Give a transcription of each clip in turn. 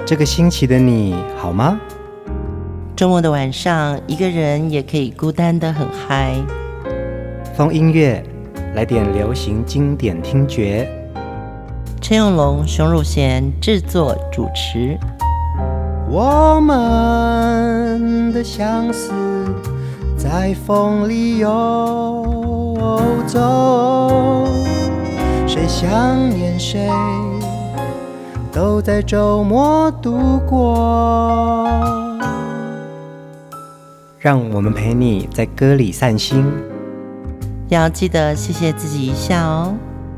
这个星期的你好吗？ 周末的晚上，一个人也可以孤单得很嗨。 风音乐，来点流行经典听觉。 陈永龙、熊汝贤制作主持。 我们的相思在风里游走，谁想念谁，都在周末度过。让我们陪你在歌里散心， 要记得谢谢自己一下哦。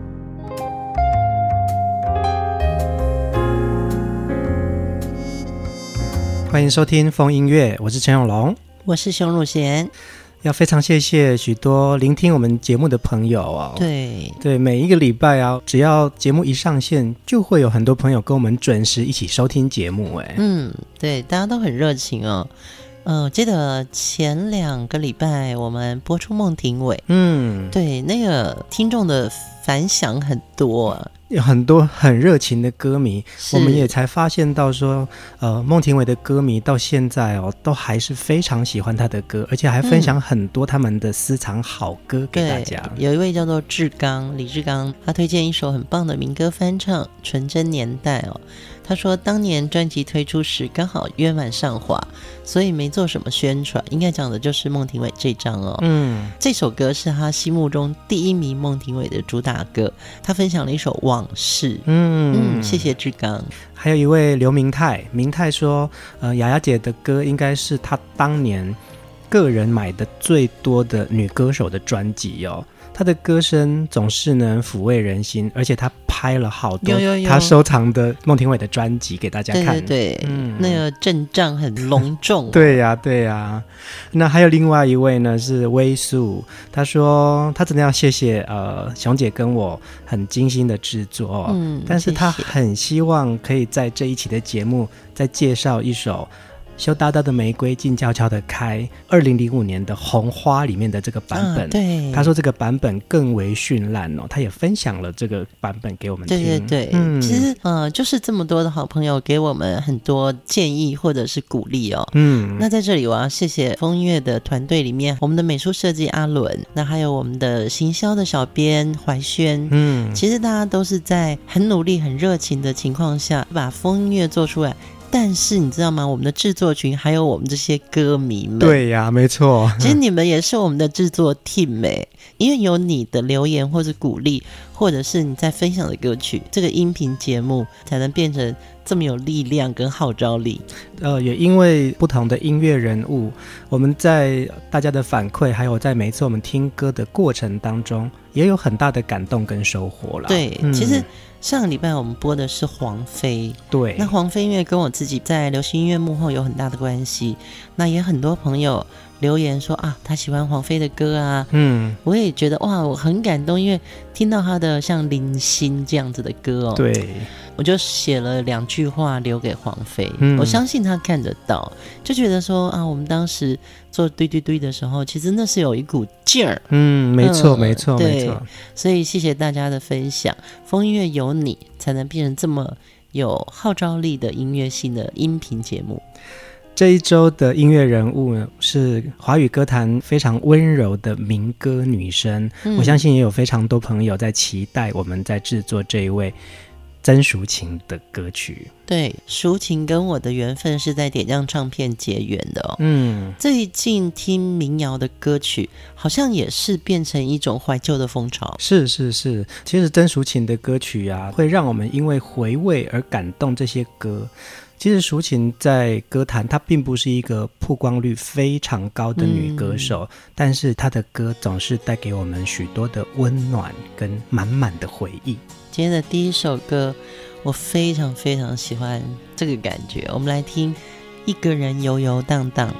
欢迎收听风音乐，我是陈永龙， 我是熊汝贤。 要非常谢谢许多聆听我们节目的朋友哦。 对， 每一个礼拜啊，只要节目一上线，就会有很多朋友跟我们准时一起收听节目。 对，大家都很热情哦。记得前2个礼拜我们播出孟庭苇，对，那个听众的反响很多啊， 有很多很热情的歌迷，我们也才发现到说，孟庭苇的歌迷到现在哦，都还是非常喜欢她的歌，而且还分享很多他们的私藏好歌给大家。 有一位叫做李志刚，他推荐一首很棒的民歌翻唱《纯真年代》哦。他说当年专辑推出时刚好约满上华，所以没做什么宣传，应该讲的就是孟庭苇这张哦。这首歌是他心目中第1名孟庭苇的主打歌，他分享了一首《往事》。谢谢志刚。 还有一位刘明泰说，雅雅姐的歌应该是他当年个人买的最多的女歌手的专辑哦。她的歌声总是能抚慰人心，而且她拍了好多她收藏的孟庭苇的专辑给大家看。 对，那个阵仗很隆重。 对呀。那还有另外一位呢是微素，她说她真的要谢谢熊姐跟我很精心的制作但是她很希望可以在这一期的节目再介绍一首羞答答的玫瑰静悄悄的开2005年的红花里面的这个版本。 对， 他说这个版本更为绚烂哦，他也分享了这个版本给我们听。 对，其实就是这么多的好朋友给我们很多建议或者是鼓励哦。那在这里我要谢谢风音乐的团队里面，我们的美术设计阿伦，那还有我们的行销的小编怀轩。其实大家都是在很努力很热情的情况下把风音乐做出来，但是你知道吗？我们的制作群还有我们这些歌迷们， 对呀，没错。 其实你们也是我们的制作 team 因为有你的留言或是鼓励，或者是你在分享的歌曲，这个音频节目才能变成这么有力量跟号召力。 也因为不同的音乐人物，我们在大家的反馈，还有在每一次我们听歌的过程当中，也有很大的感动跟收获啦。 对，其实上个礼拜我们播的是黄飞， 对， 那黄飞因为跟我自己在流行音乐幕后有很大的关系，那也很多朋友留言说他喜欢黄飞的歌啊。我也觉得哇，我很感动，因为听到他的像零星这样子的歌对， 我就写了2句话留给黄飞。我相信他看得到，就觉得说我们当时做对的时候，其实那是有一股劲儿。 没错， 所以谢谢大家的分享，风音乐有你才能变成这么有号召力的音乐性的音频节目。 这一周的音乐人物是华语歌坛非常温柔的民歌女生，我相信也有非常多朋友在期待我们在制作这一位曾淑琴的歌曲。 对，淑琴跟我的缘分是在点将唱片结缘的最近听民谣的歌曲好像也是变成一种怀旧的风潮。 是，其实曾淑琴的歌曲啊，会让我们因为回味而感动。这些歌其实淑琴在歌坛她并不是一个曝光率非常高的女歌手，但是她的歌总是带给我们许多的温暖跟满满的回忆。 今天的第一首歌我非常非常喜欢这个感觉，我们来听一个人游游荡荡。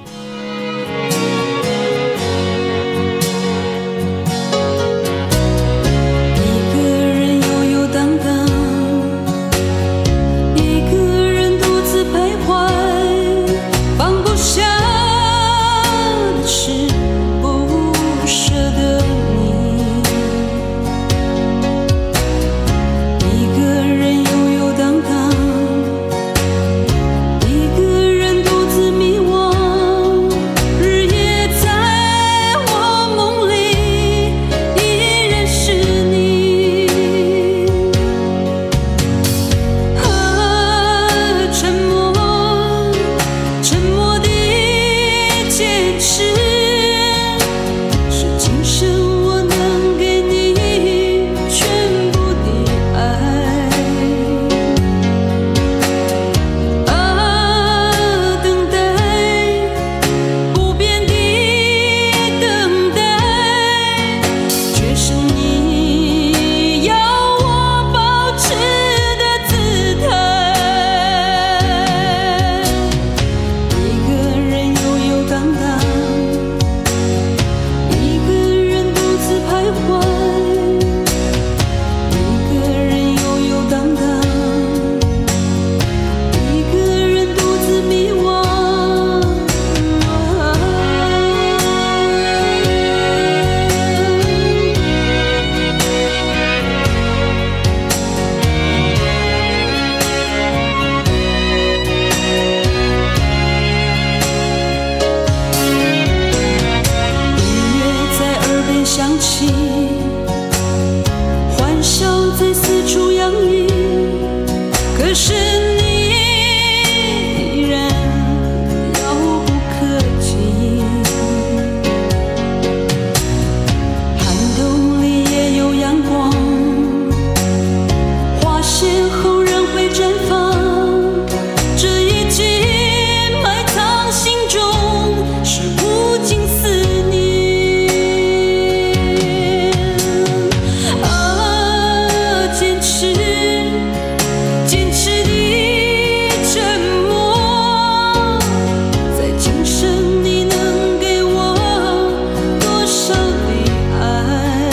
一个人悠悠荡荡， 现后仍会绽放，这一季埋藏心中是无尽思念。坚持坚持的沉默，在今生你能给我多少的爱？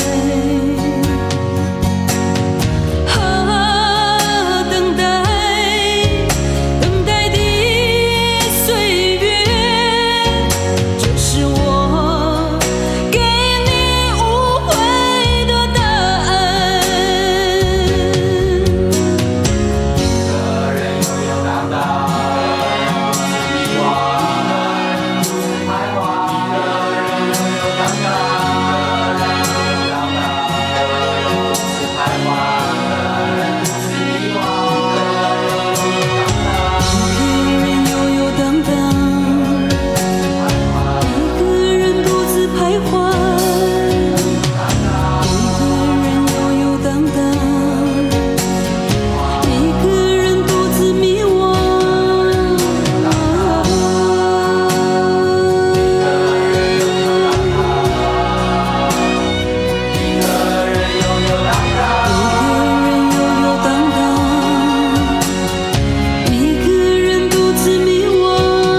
等待等待的岁月，这是我给你无悔的答案。一个人悠悠荡荡，如此迷惘，如此彷徨。一个人悠悠荡荡，如此彷徨，如此迷惘。一个人悠悠荡荡，一个人独自徘徊。一个人悠悠荡荡，一个人独自迷惘。一个人悠悠荡荡，一个人独自迷惘。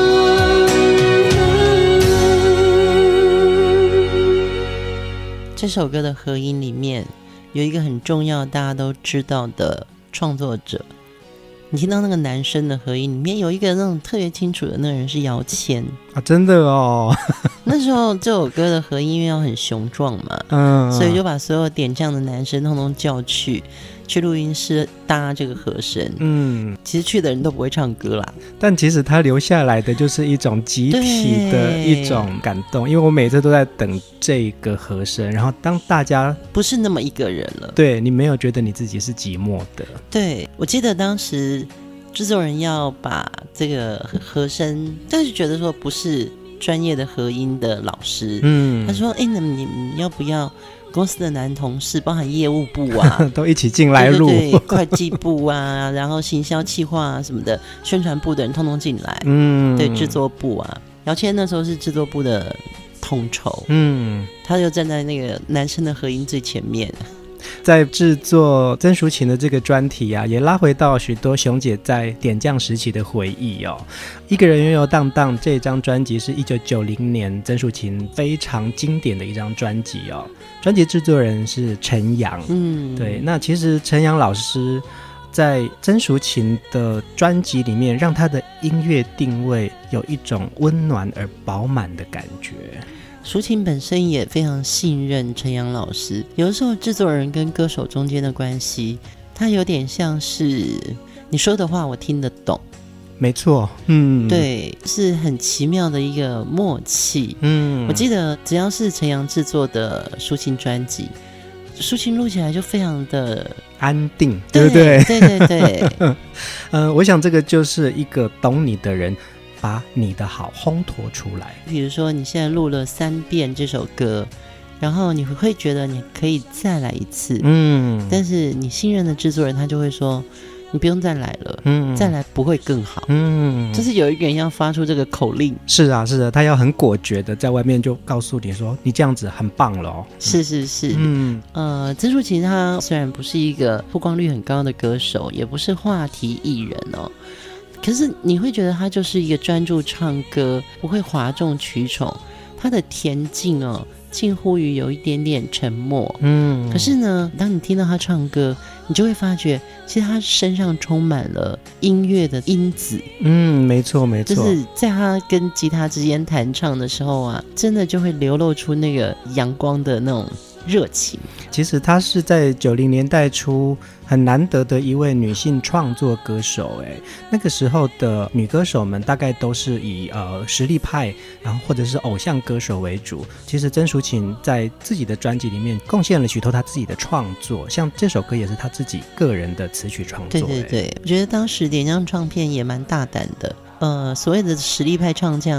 这首歌的合音里面有一个很重要大家都知道的创作者，你听到那个男生的合音里面有一个那种特别清楚的那个人是姚谦啊，真的哦。 那时候这首歌的合音因为要很雄壮嘛，所以就把所有点将的男生通通叫去录音室搭这个和声。其实去的人都不会唱歌啦， 但其实他留下来的就是一种集体的一种感动，因为我每次都在等这个和声，然后当大家不是那么一个人了， 对，你没有觉得你自己是寂寞的。 对，我记得当时制作人要把这个和声，但是觉得说不是专业的合音的老师，他说你们要不要公司的男同事，包含业务部啊都一起进来录， 对，会计部啊然后行销企划啊什么的，宣传部的人通通进来，对，制作部啊，姚谦那时候是制作部的统筹，他就站在那个男生的合音最前面。 在制作曾淑琴的这个专题啊，也拉回到许多熊姐在点将时期的回忆哦。一个人悠悠荡荡这张专辑是1990年曾淑琴非常经典的一张专辑哦。专辑制作人是陈阳，对，那其实陈阳老师在曾淑琴的专辑里面，让他的音乐定位有一种温暖而饱满的感觉。 淑琴本身也非常信任陈阳老师，有的时候制作人跟歌手中间的关系，他有点像是你说的话我听得懂， 没错， 对，是很奇妙的一个默契。我记得只要是陈阳制作的抒情专辑，抒情录起来就非常的安定，对不对？ 对对对。 我想这个就是一个懂你的人把你的好烘托出来。 比如说你现在录了3遍这首歌，然后你会觉得你可以再来一次，但是你信任的制作人他就会说你不用再来了，再来不会更好，就是有一个人要发出这个口令。 是啊是的，他要很果决的在外面就告诉你说你这样子很棒了哦。 是是是，曾淑琴她虽然不是一个曝光率很高的歌手，也不是话题艺人哦，可是你会觉得她就是一个专注唱歌，不会哗众取宠，她的恬静哦近乎于有一点点沉默，可是呢当你听到她唱歌，你就会发觉其实她身上充满了音乐的因子， 没错没错， 就是在她跟吉他之间弹唱的时候啊，真的就会流露出那个阳光的那种热情。 其实她是在90年代初很难得的一位女性创作歌手，那个时候的女歌手们大概都是以实力派，然后或者是偶像歌手为主。其实曾淑琴在自己的专辑里面贡献了许多她自己的创作，像这首歌也是她自己个人的词曲创作。 对对对，我觉得当时点将唱片也蛮大胆的，所谓的实力派唱将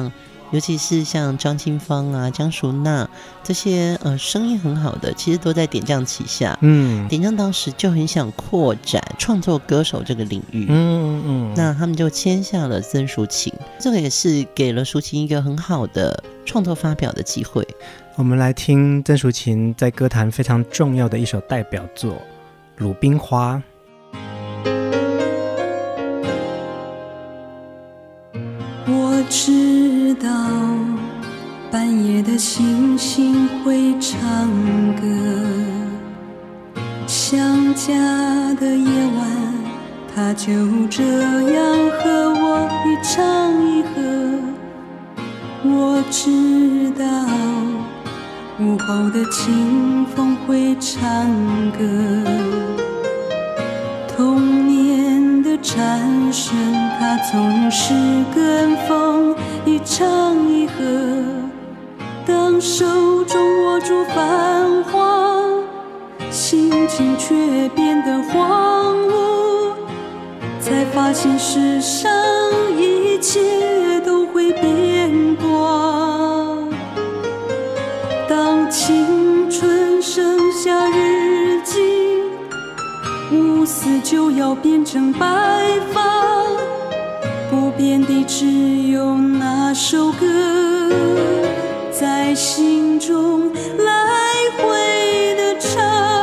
尤其是像张清芳啊、江淑娜这些声音很好的，其实都在点将旗下。点将当时就很想扩展创作歌手这个领域。那他们就签下了曾淑琴，这个也是给了淑琴一个很好的创作发表的机会。 我们来听曾淑琴在歌坛非常重要的一首代表作《鲁冰花》。 我知道半夜的星星会唱歌，想家的夜晚，它就这样和我一唱一和。我知道午后的清风会唱歌，童年的蝉声，它总是跟风一唱一和。当手中握住繁华，心情却变得荒芜，才发现世上一切都会变卦。当青春剩下日记，乌丝就要变成白发，不变的只有那首歌，在心中来回的唱。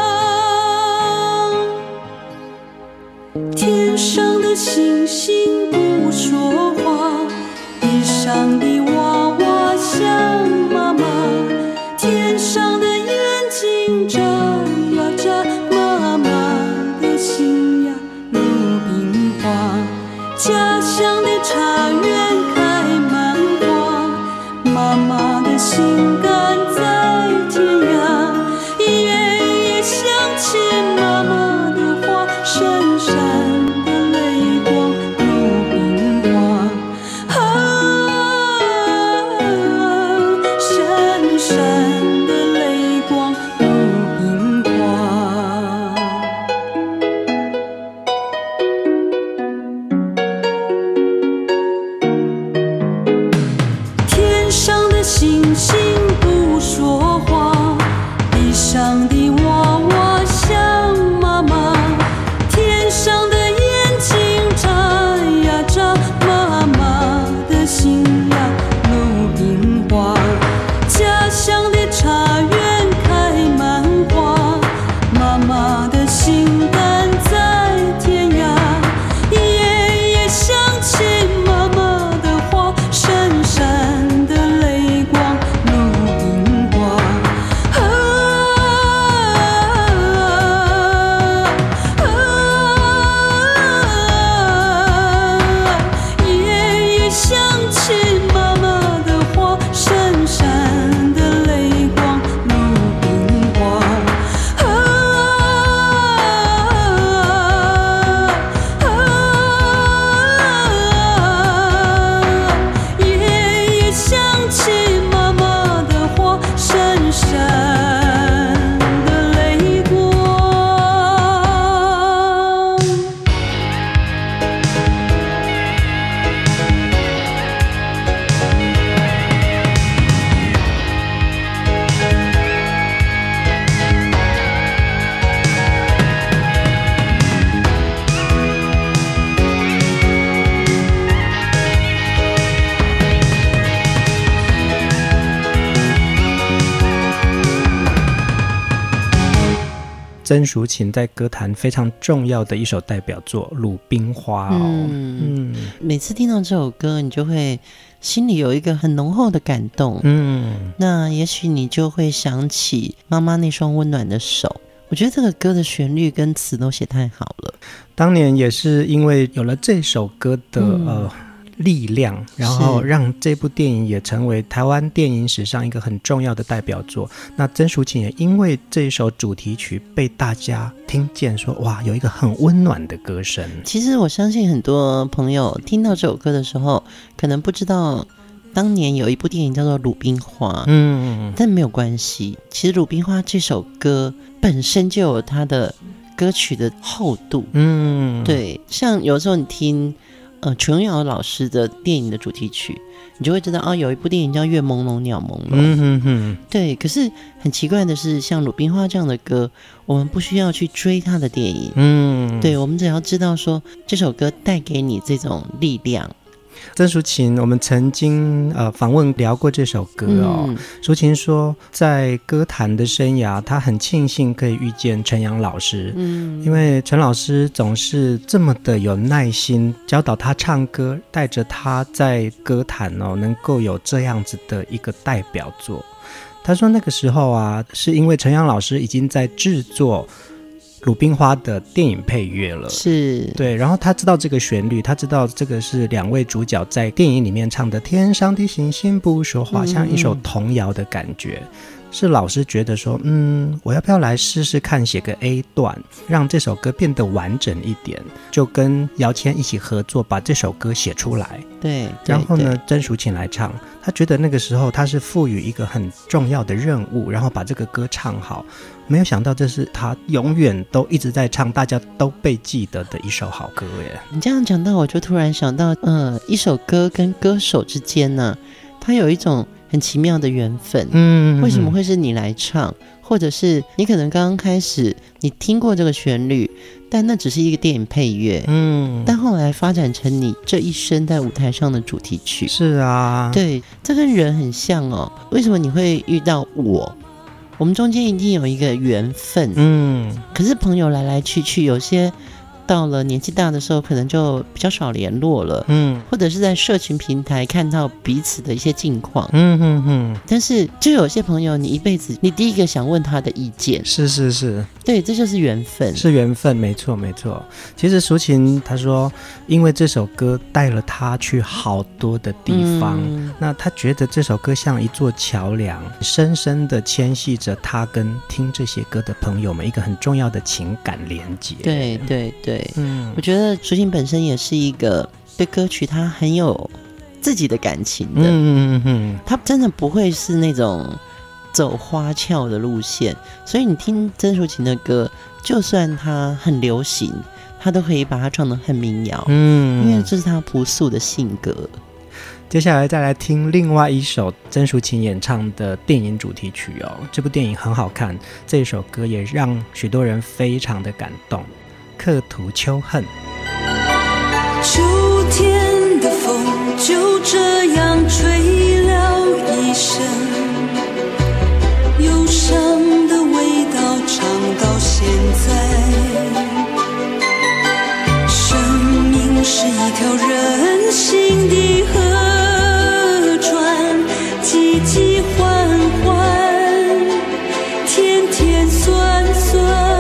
天上的星星不说话，地上的娃娃像妈妈，天上的眼睛眨呀眨，妈妈的心呀如冰花。家乡的茶园开满花，妈妈的心肝在天涯。夜夜想起妈妈的话，闪闪的泪光如冰花。闪闪的泪光如冰花。天上的星星不说话，地上的娃娃像妈妈，天上的眼睛眨呀眨，妈妈的心呀如冰花。家乡的茶园开满花，妈妈的心肝在天涯。夜夜想起妈妈的话，闪闪的泪光如冰花。夜夜想起妈妈的话，闪闪的泪光如冰花。夜夜想起妈妈的话，闪闪的泪光。 曾淑琴在歌坛非常重要的一首代表作《鲁冰花》哦。 每次听到这首歌，你就会心里有一个很浓厚的感动。那也许你就会想起妈妈那双温暖的手。我觉得这个歌的旋律跟词都写太好了。 当年也是因为有了这首歌的力量，然后让这部电影也成为台湾电影史上一个很重要的代表作。那曾淑琴也因为这首主题曲被大家听见说，哇，有一个很温暖的歌声。 其实我相信很多朋友听到这首歌的时候，可能不知道当年有一部电影叫做《鲁冰花》，但没有关系。其实《鲁冰花》这首歌本身就有它的歌曲的厚度。对，像有时候你听琼瑶老师的电影的主题曲，你就会知道有一部电影叫《月朦胧鸟朦胧》。对。可是很奇怪的是，像《鲁冰花》这样的歌，我们不需要去追他的电影。对，我们只要知道说这首歌带给你这种力量。 曾淑琴，我们曾经访问聊过这首歌淑琴说，在歌坛的生涯，她很庆幸可以遇见陈阳老师，因为陈老师总是这么的有耐心，教导她唱歌，带着她在歌坛能够有这样子的一个代表作。她说那个时候是因为陈阳老师已经在制作鲁冰花的电影配乐了， 是对，然后他知道这个旋律，他知道这个是两位主角在电影里面唱的天上的星星不说话，像一首童谣的感觉，是老师觉得说我要不要来试试看写个 A 段，让这首歌变得完整一点，就跟姚谦一起合作把这首歌写出来。 对， 然后呢曾淑琴来唱，他觉得那个时候他是赋予一个很重要的任务，然后把这个歌唱好，没有想到这是他永远都一直在唱，大家都被记得的一首好歌耶。 你这样讲到，我就突然想到一首歌跟歌手之间呢，它有一种很奇妙的缘分。为什么会是你来唱，或者是你可能刚刚开始你听过这个旋律，但那只是一个电影配乐，但后来发展成你这一生在舞台上的主题曲。 是啊， 对，这跟人很像为什么你会遇到我们中间一定有一个缘分。可是朋友来来去去，有些到了年纪大的时候可能就比较少联络了，或者是在社群平台看到彼此的一些近况，但是就有些朋友你一辈子你第一个想问他的意见， 是，对， 这就是缘分， 是缘分，没错。其实淑琴她说，因为这首歌带了她去好多的地方，那她觉得这首歌像一座桥梁，深深的牵系着她跟听这些歌的朋友们一个很重要的情感连结。 对，我觉得淑琴本身也是一个对歌曲她很有自己的感情的，她真的不会是那种走花俏的路线，所以你听曾淑琴的歌，就算她很流行，她都可以把它唱得很民谣，因为这是她朴素的性格。 接下来再来听另外一首曾淑琴演唱的电影主题曲这部电影很好看，这首歌也让许多人非常的感动，刻图秋恨。 秋天的风就这样吹了一生，忧伤的味道唱到现在。生命是一条任性的河船，急急缓缓，甜甜酸酸。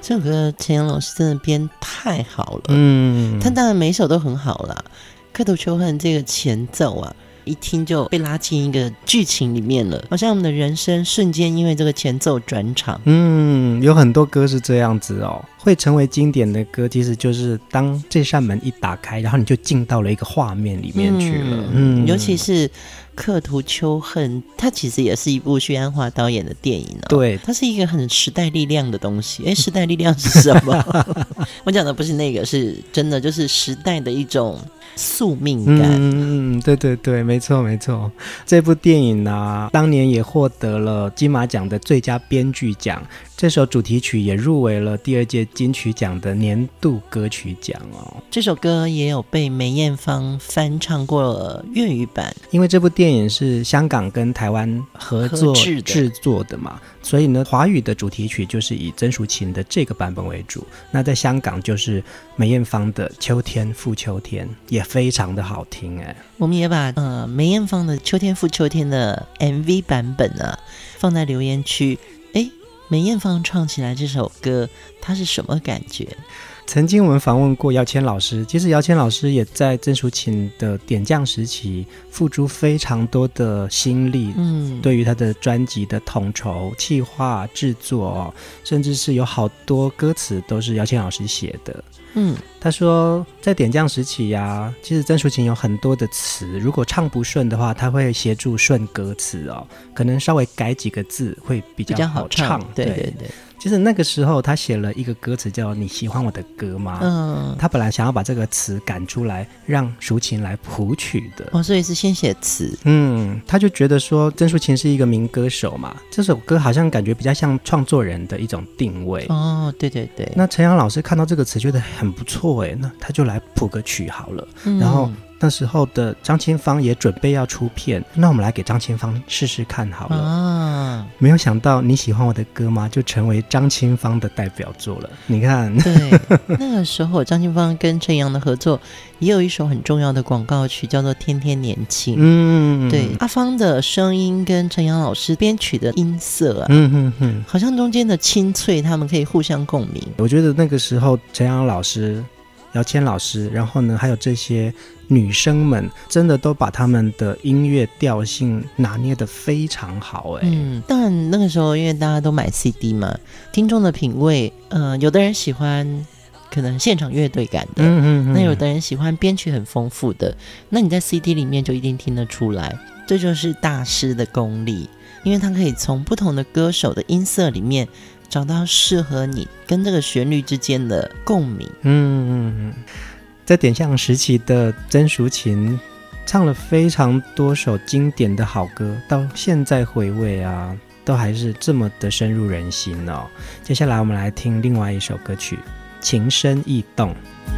这首歌陈阳老师真的编太好了，他当然每一首都很好啦。刻图秋恨这个前奏啊，一听就被拉进一个剧情里面了，好像我们的人生瞬间因为这个前奏转场。 有很多歌是这样子哦，会成为经典的歌，其实就是当这扇门一打开，然后你就进到了一个画面里面去了。 尤其是刻图秋恨，它其实也是一部徐安华导演的电影哦。 对， 它是一个很时代力量的东西。时代力量是什么？我讲的不是那个，是真的就是时代的一种宿命感。 对对对，没错没错。这部电影啊，当年也获得了金马奖的最佳编剧奖，这首主题曲也入围了第2届金曲奖的年度歌曲奖哦。 这首歌也有被梅艳芳翻唱过粤语版， 因为这部电影是香港跟台湾合作制作的嘛，所以呢，华语的主题曲就是以曾淑琴的这个版本为主。那在香港就是梅艳芳的《秋天复秋天》，也非常的好听哎。 我们也把梅艳芳的《秋天复秋天》的 MV 版本啊放在留言区。梅艳芳唱起来这首歌，她是什么感觉？ 曾经我们访问过姚谦老师，其实姚谦老师也在曾淑琴的点将时期付出非常多的心力，对于他的专辑的统筹、企划、制作，甚至是有好多歌词都是姚谦老师写的。他说在点将时期啊，其实曾淑琴有很多的词，如果唱不顺的话，他会协助顺歌词哦，可能稍微改几个字会比较好唱。 对对对。 其实那个时候他写了一个歌词叫你喜欢我的歌吗？他本来想要把这个词赶出来让淑琴来谱曲的。 所以是先写词。 他就觉得说曾淑琴是一个民歌手嘛，这首歌好像感觉比较像创作人的一种定位。 对对对。 那陈阳老师看到这个词觉得很不错哎，那他就来谱个曲好了。然后那时候的张清芳也准备要出片，那我们来给张清芳试试看好了。没有想到你喜欢我的歌吗就成为张清芳的代表作了。你看， 对，那个时候张清芳跟陈阳的合作也有一首很重要的广告曲叫做《天天年轻》。对，阿芳的声音跟陈阳老师编曲的音色啊，好像中间的清脆他们可以互相共鸣。 我觉得那个时候陈阳老师、姚谦老师，然后呢还有这些女生们真的都把他们的音乐调性拿捏得非常好当然那个时候因为大家都买 CD 嘛，听众的品味有的人喜欢可能现场乐队感的，那有的人喜欢编曲很丰富的，那你在 CD 里面就一定听得出来，这就是大师的功力，因为他可以从不同的歌手的音色里面找到适合你跟这个旋律之间的共鸣。 在点将时期的曾淑琴唱了非常多首经典的好歌，到现在回味啊，都还是这么的深入人心哦。接下来我们来听另外一首歌曲《情深意动》。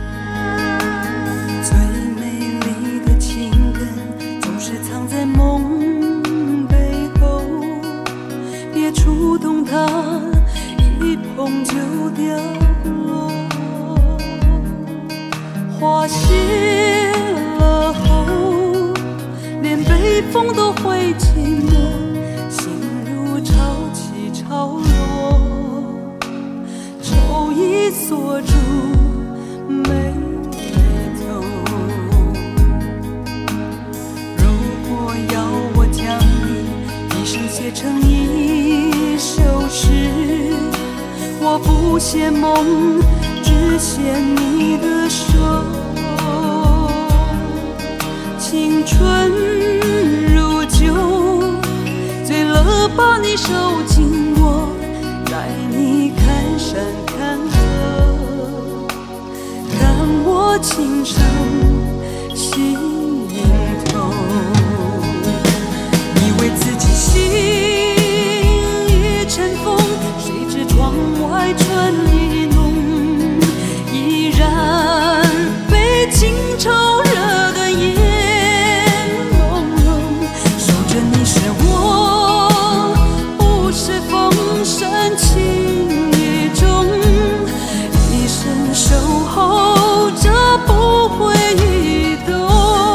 最美丽的情感总是藏在梦背后，别触动它，一碰就掉落。花谢了后，连北风都会寂寞，心如潮起潮落，愁已锁住眉头。如果要我将你一生写成一首诗，我不写梦，只写你的手。青春如酒，醉了把你收紧我，带你看山看河，看我情深心头。以为自己心已尘封，谁知窗外春意浓，依然被情愁惹得眼朦胧。守着你是我，不是风声情意重，一生守候着不会移动。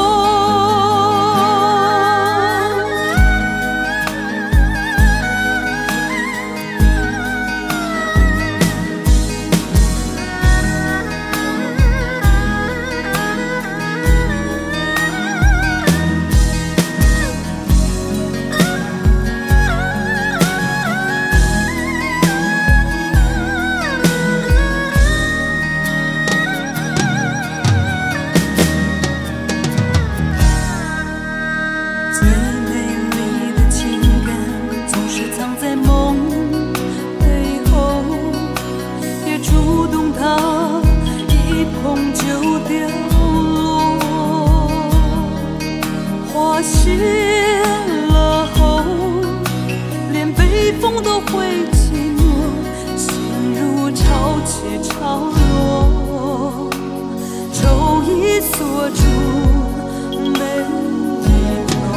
何会结诺，心如潮起潮落，愁已锁住眉头，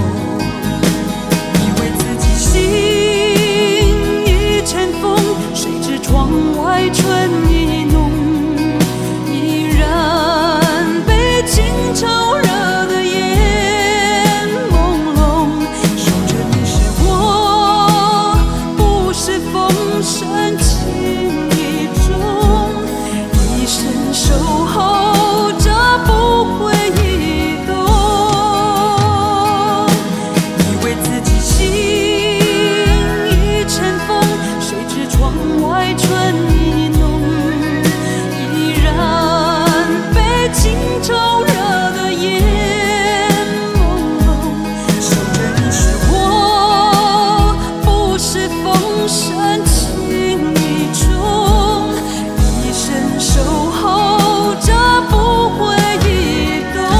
以为自己心已尘封，谁知窗外春意浓，依然被情潮惹得眼朦胧，守着你是我，不是风声情意重，一生守候着不会移动，以为自己心已尘封，谁知窗外春意浓，依然被情潮惹得眼朦胧，守着你是我，不是风声情意重，一生守候着不会移动。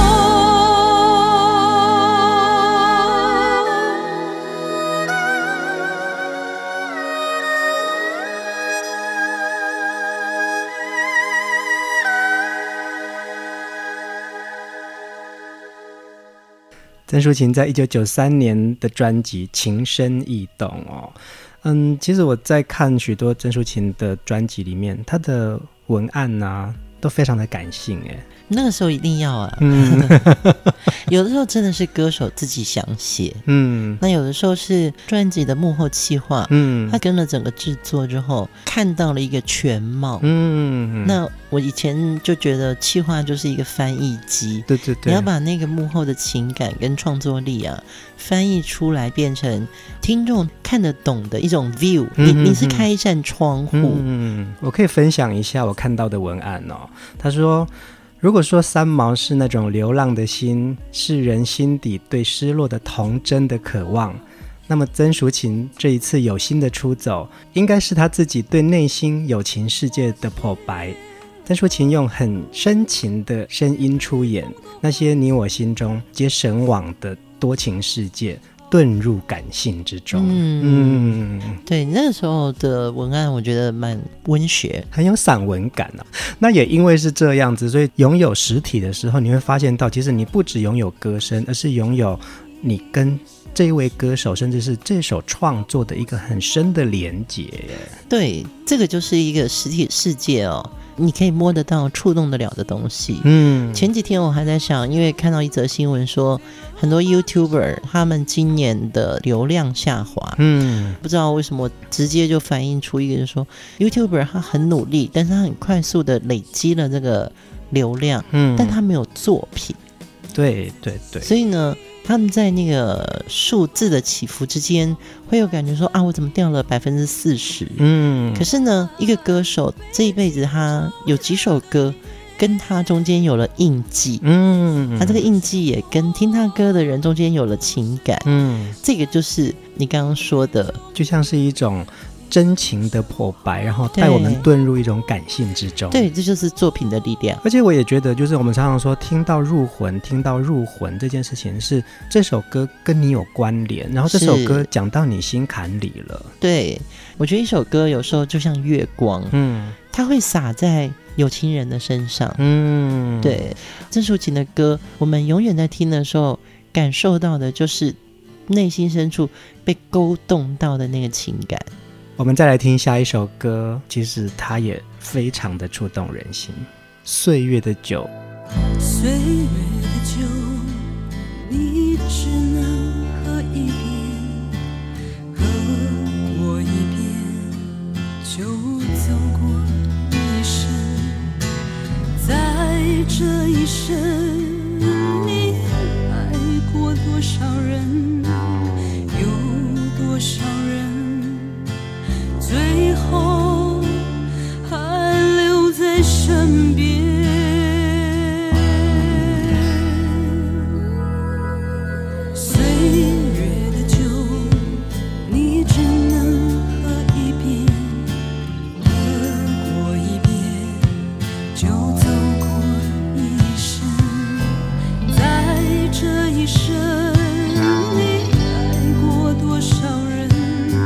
曾淑琴在1993年的专辑《情深意动》哦，其实我在看许多曾淑琴的专辑里面，她的文案啊都非常的感性哎。 那个时候一定要啊，有的时候真的是歌手自己想写，那有的时候是专辑的幕后企划，他跟了整个制作之后看到了一个全貌，那我以前就觉得企划就是一个翻译机， 对对对， 你要把那个幕后的情感跟创作力啊翻译出来，变成听众看得懂的一种 view，你是开一扇窗户。 我可以分享一下我看到的文案哦，他说，如果说三毛是那种流浪的心，是人心底对失落的童真的渴望，那么曾淑琴这一次有心的出走，应该是她自己对内心有情世界的剖白。曾淑琴用很深情的声音出演，那些你我心中皆神往的多情世界，遁入感性之中。 对，那个时候的文案我觉得蛮文学， 很有散文感啊。那也因为是这样子，所以拥有实体的时候，你会发现到，其实你不只拥有歌声，而是拥有你跟这一位歌手，甚至是这首创作的一个很深的连结。 对，这个就是一个实体世界哦，你可以摸得到、触动得了的东西。前几天我还在想，因为看到一则新闻说，很多 YouTuber 他们今年的流量下滑，不知道为什么直接就反映出一个，就是说 YouTuber 他很努力，但是他很快速的累积了这个流量，但他没有作品。 对对对， 所以呢，他们在那个数字的起伏之间会有感觉说啊，我怎么掉了40%？可是呢，一个歌手这一辈子他有几首歌跟他中间有了印记，他这个印记也跟听他歌的人中间有了情感，这个就是你刚刚说的， 就像是一种真情的剖白，然后带我们遁入一种感性之中。 对，这就是作品的力量。 而且我也觉得，就是我们常常说听到入魂，听到入魂这件事情，是这首歌跟你有关联，然后这首歌讲到你心坎里了。 对，我觉得一首歌有时候就像月光，它会洒在有情人的身上。对，曾淑琴的歌，我们永远在听的时候感受到的就是内心深处被勾动到的那个情感。 我们再来听下一首歌，其实它也非常的触动人心，岁月的酒。 岁月的酒，你只能喝一遍，喝过一遍就走过一生，在这一生你爱过多少人，有多少人最后还留在身边。岁月的酒，你只能喝一遍，喝过一遍就走过一生，在这一生你爱过多少人，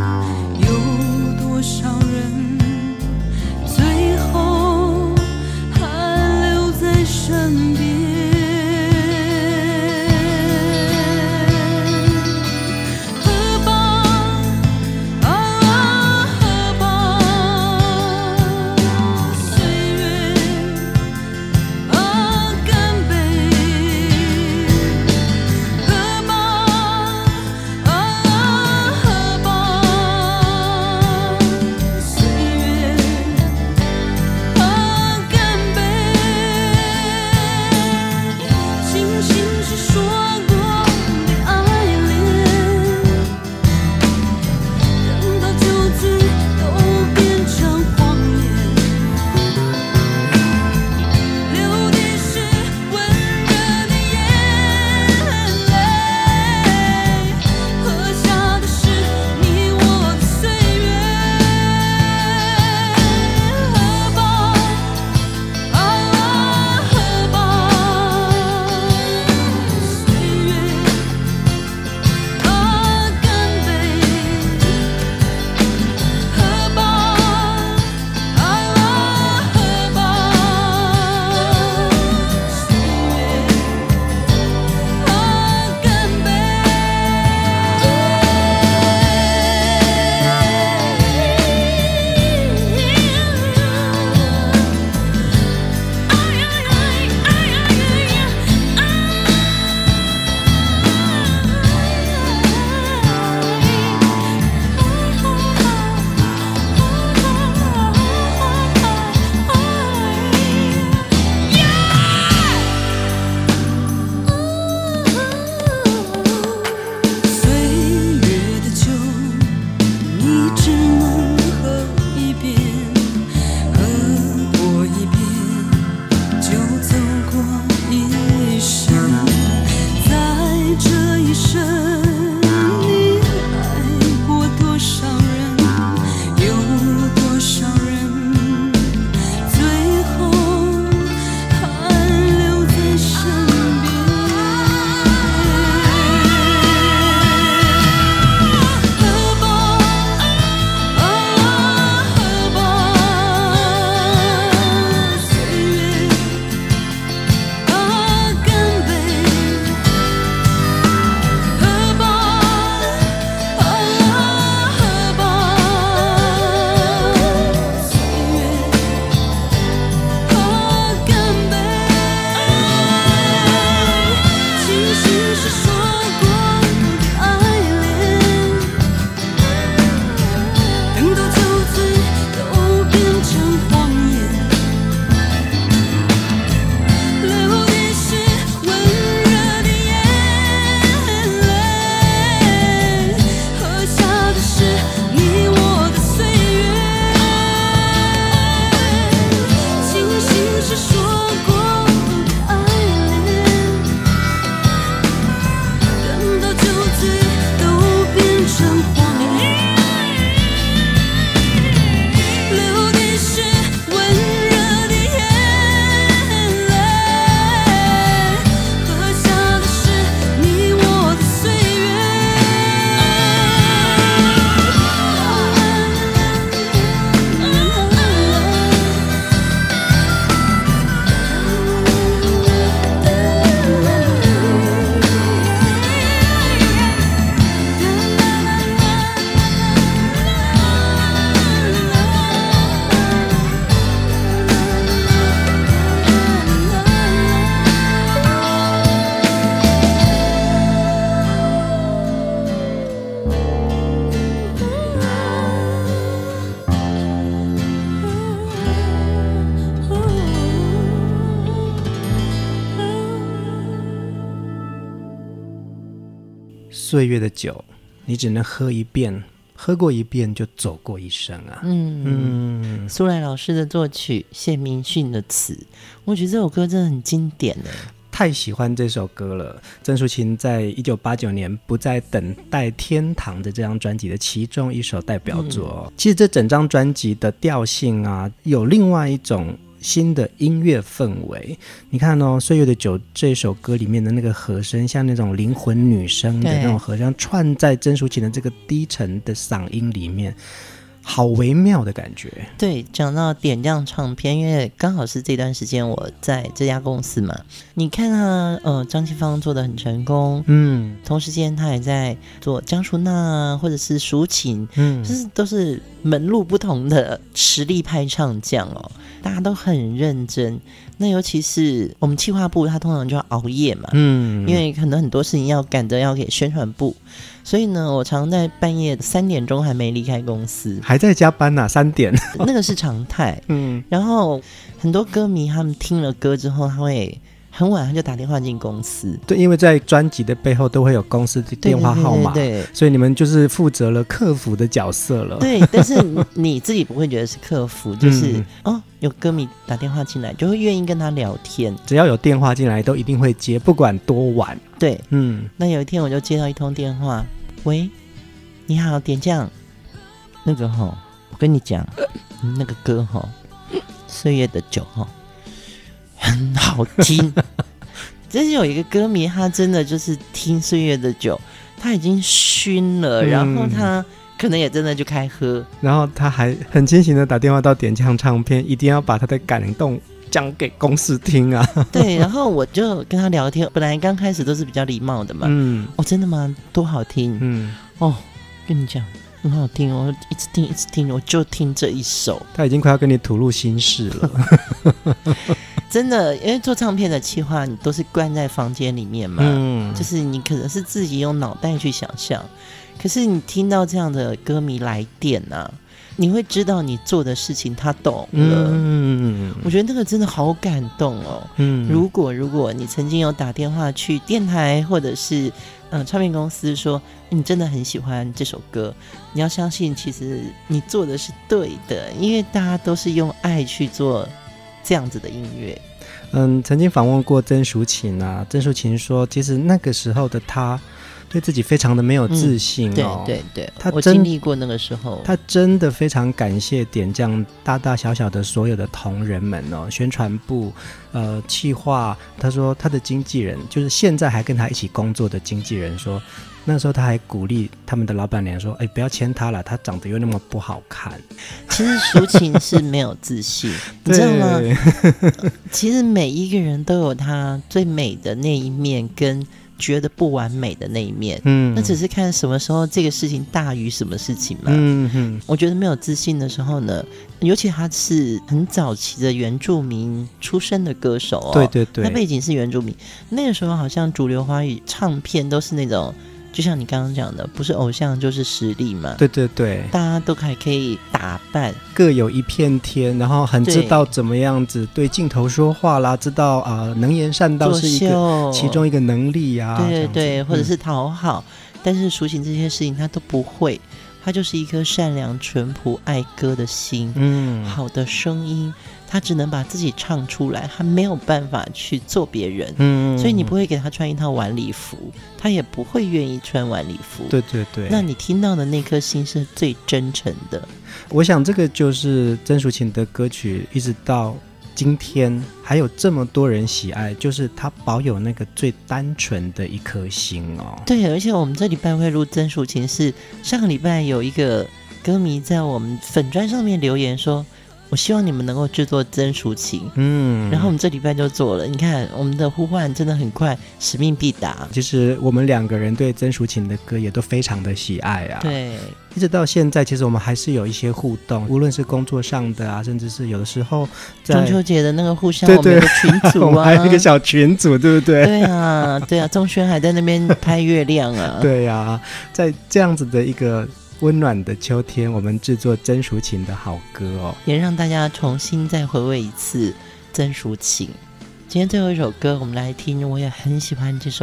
岁月的酒，你只能喝一遍，喝过一遍就走过一生啊。 苏芮老师的作曲，谢明训的词，我觉得这首歌真的很经典耶， 太喜欢这首歌了。曾淑琴在1989年不再等待天堂的这张专辑的其中一首代表作，其实这整张专辑的调性啊，有另外一种新的音乐氛围。你看哦，岁月的酒这首歌里面的那个和声，像那种灵魂女声的那种和声，串在曾淑琴的这个低沉的嗓音里面，好微妙的感觉。 对，讲到点将唱片，因为刚好是这段时间我在这家公司嘛，你看他张清芳做得很成功，同时间他也在做江淑娜或者是抒情，就是都是门路不同的实力派唱将哦，大家都很认真。那尤其是我们企划部，他通常就要熬夜嘛，因为可能很多事情要赶着要给宣传部，所以呢，我常在半夜3点钟还没离开公司， 还在加班啊，3点， 那个是常态。然后很多歌迷他们听了歌之后，他会很晚他就打电话进公司， 对，因为在专辑的背后都会有公司的电话号码， 对， 所以你们就是负责了客服的角色了。 对，但是你自己不会觉得是客服，就是有歌迷打电话进来，就会愿意跟他聊天， 只要有电话进来都一定会接，不管多晚。 对，那有一天我就接到一通电话，喂，你好，点将，那个我跟你讲，那个歌岁月的酒很好听。真是有一个歌迷，他真的就是听岁月的酒，他已经熏了，然后他可能也真的就开喝， 然后他还很清醒的打电话到点将唱片，一定要把他的感动讲给公司听啊。 对，然后我就跟他聊天，本来刚开始都是比较礼貌的嘛，真的吗？多好听，跟你讲很好听，我一直听一直听，我就听这一首。 他已经快要跟你吐露心事了。 真的，因为做唱片的企划你都是关在房间里面嘛，就是你可能是自己用脑袋去想象，可是你听到这样的歌迷来电啊，你会知道你做的事情他懂了。我觉得那个真的好感动哦。如果你曾经有打电话去电台或者是唱片公司说你真的很喜欢这首歌，你要相信其实你做的是对的，因为大家都是用爱去做这样子的音乐。 曾经访问过曾淑琴啊，曾淑琴说其实那个时候的她对自己非常的没有自信哦。 对，我经历过那个时候。 她真的非常感谢点将大大小小的所有的同仁们哦，宣传部企划，她说她的经纪人，就是现在还跟她一起工作的经纪人说，那时候他还鼓励他们的老板娘说不要签他了，他长得又那么不好看。 其实抒情是没有自信你知道吗？其实每一个人都有他最美的那一面跟觉得不完美的那一面，那只是看什么时候这个事情大于什么事情嘛。我觉得没有自信的时候呢，尤其他是很早期的原住民出身的歌手对，他背景是原住民，那个时候好像主流华语唱片都是那种就像你刚刚讲的，不是偶像就是实力嘛。对，大家都还可以打扮， 各有一片天，然后很知道怎么样子对镜头说话啦，知道能言善道是一个其中一个能力啊。 对，或者是讨好，但是抒情这些事情他都不会，他就是一颗善良淳朴爱歌的心，好的声音他只能把自己唱出来，他没有办法去做别人，所以你不会给他穿一套晚礼服，他也不会愿意穿晚礼服。对，那你听到的那颗心是最真诚的。 我想这个就是曾淑琴的歌曲一直到今天还有这么多人喜爱，就是他保有那个最单纯的一颗心哦。 对，而且我们这礼拜会录曾淑琴，是上个礼拜有一个歌迷在我们粉专上面留言说，我希望你们能够制作曾淑琴，然后我们这礼拜就做了。你看我们的呼唤真的很快，使命必达。 其实我们2个人对曾淑琴的歌也都非常的喜爱啊。 对， 一直到现在其实我们还是有一些互动，无论是工作上的啊，甚至是有的时候在中秋节的那个互相，我们有个群组啊， 我们还有一个小群组，对不对？ 对啊，钟轩还在那边拍月亮啊。 对啊，在这样子的一个温暖的秋天，我们制作曾淑琴的好歌哦， 也让大家重新再回味一次曾淑琴。今天最后一首歌我们来听，我也很喜欢这首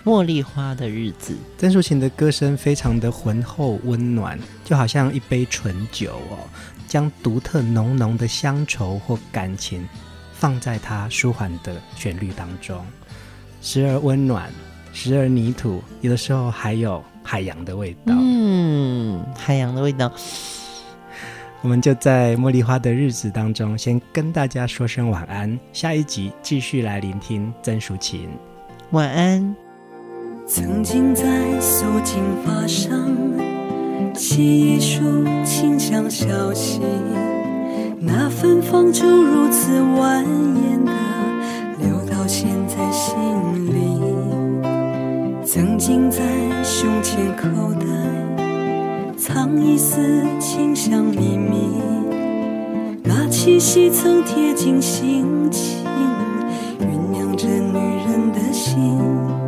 茉莉花的日子。 曾淑琴的歌声非常的浑厚温暖，就好像一杯醇酒哦，将独特浓浓的乡愁或感情放在它舒缓的旋律当中，时而温暖，时而泥土，有的时候还有海洋的味道。 海洋的味道。 我们就在茉莉花的日子当中先跟大家说声晚安，下一集继续来聆听曾淑琴。 晚安。 曾经在素净发上写一束清香消息，那芬芳就如此蜿蜒的流到现在心里。曾经在胸前口袋藏一丝清香秘密，那气息曾贴近心情，酝酿着女人的心。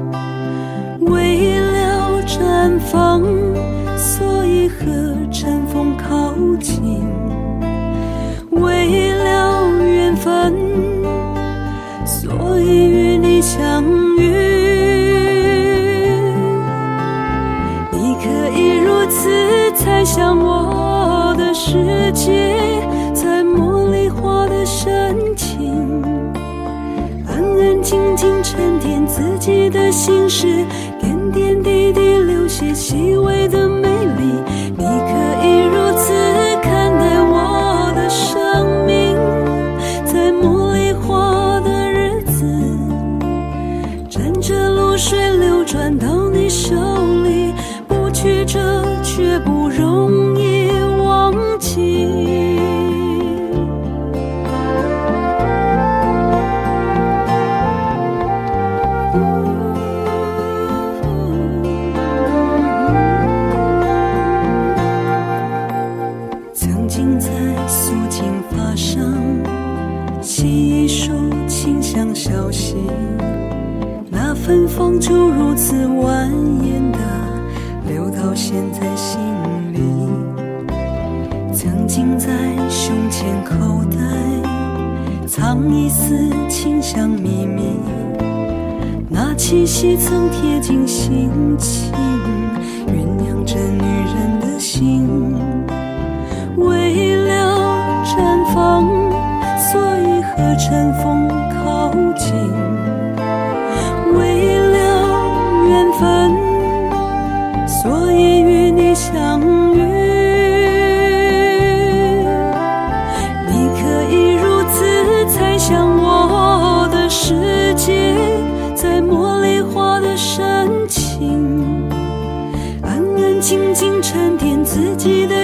为了绽放，所以和尘封靠近，为了缘分，所以与你相遇。你可以如此猜想我的世界，在茉莉花的深情，安安静静沉淀自己的心事，点点滴滴留下细微的美丽。你可以如此看待我的生命，在茉莉花的日子，沾着露水流转到你手里，不曲折却不容易忘记。曾经在素净发上写一束清香消息，那芬芳就如此蜿蜒的流到现在心里。曾经在胸前口袋藏一丝清香秘密，那气息曾贴近心情，酝酿着女人的心。为了绽放，所以和尘封靠近，为了缘分，所以与你相遇。你可以如此猜想我的世界，在茉莉花的深情，安安静静沉淀自己的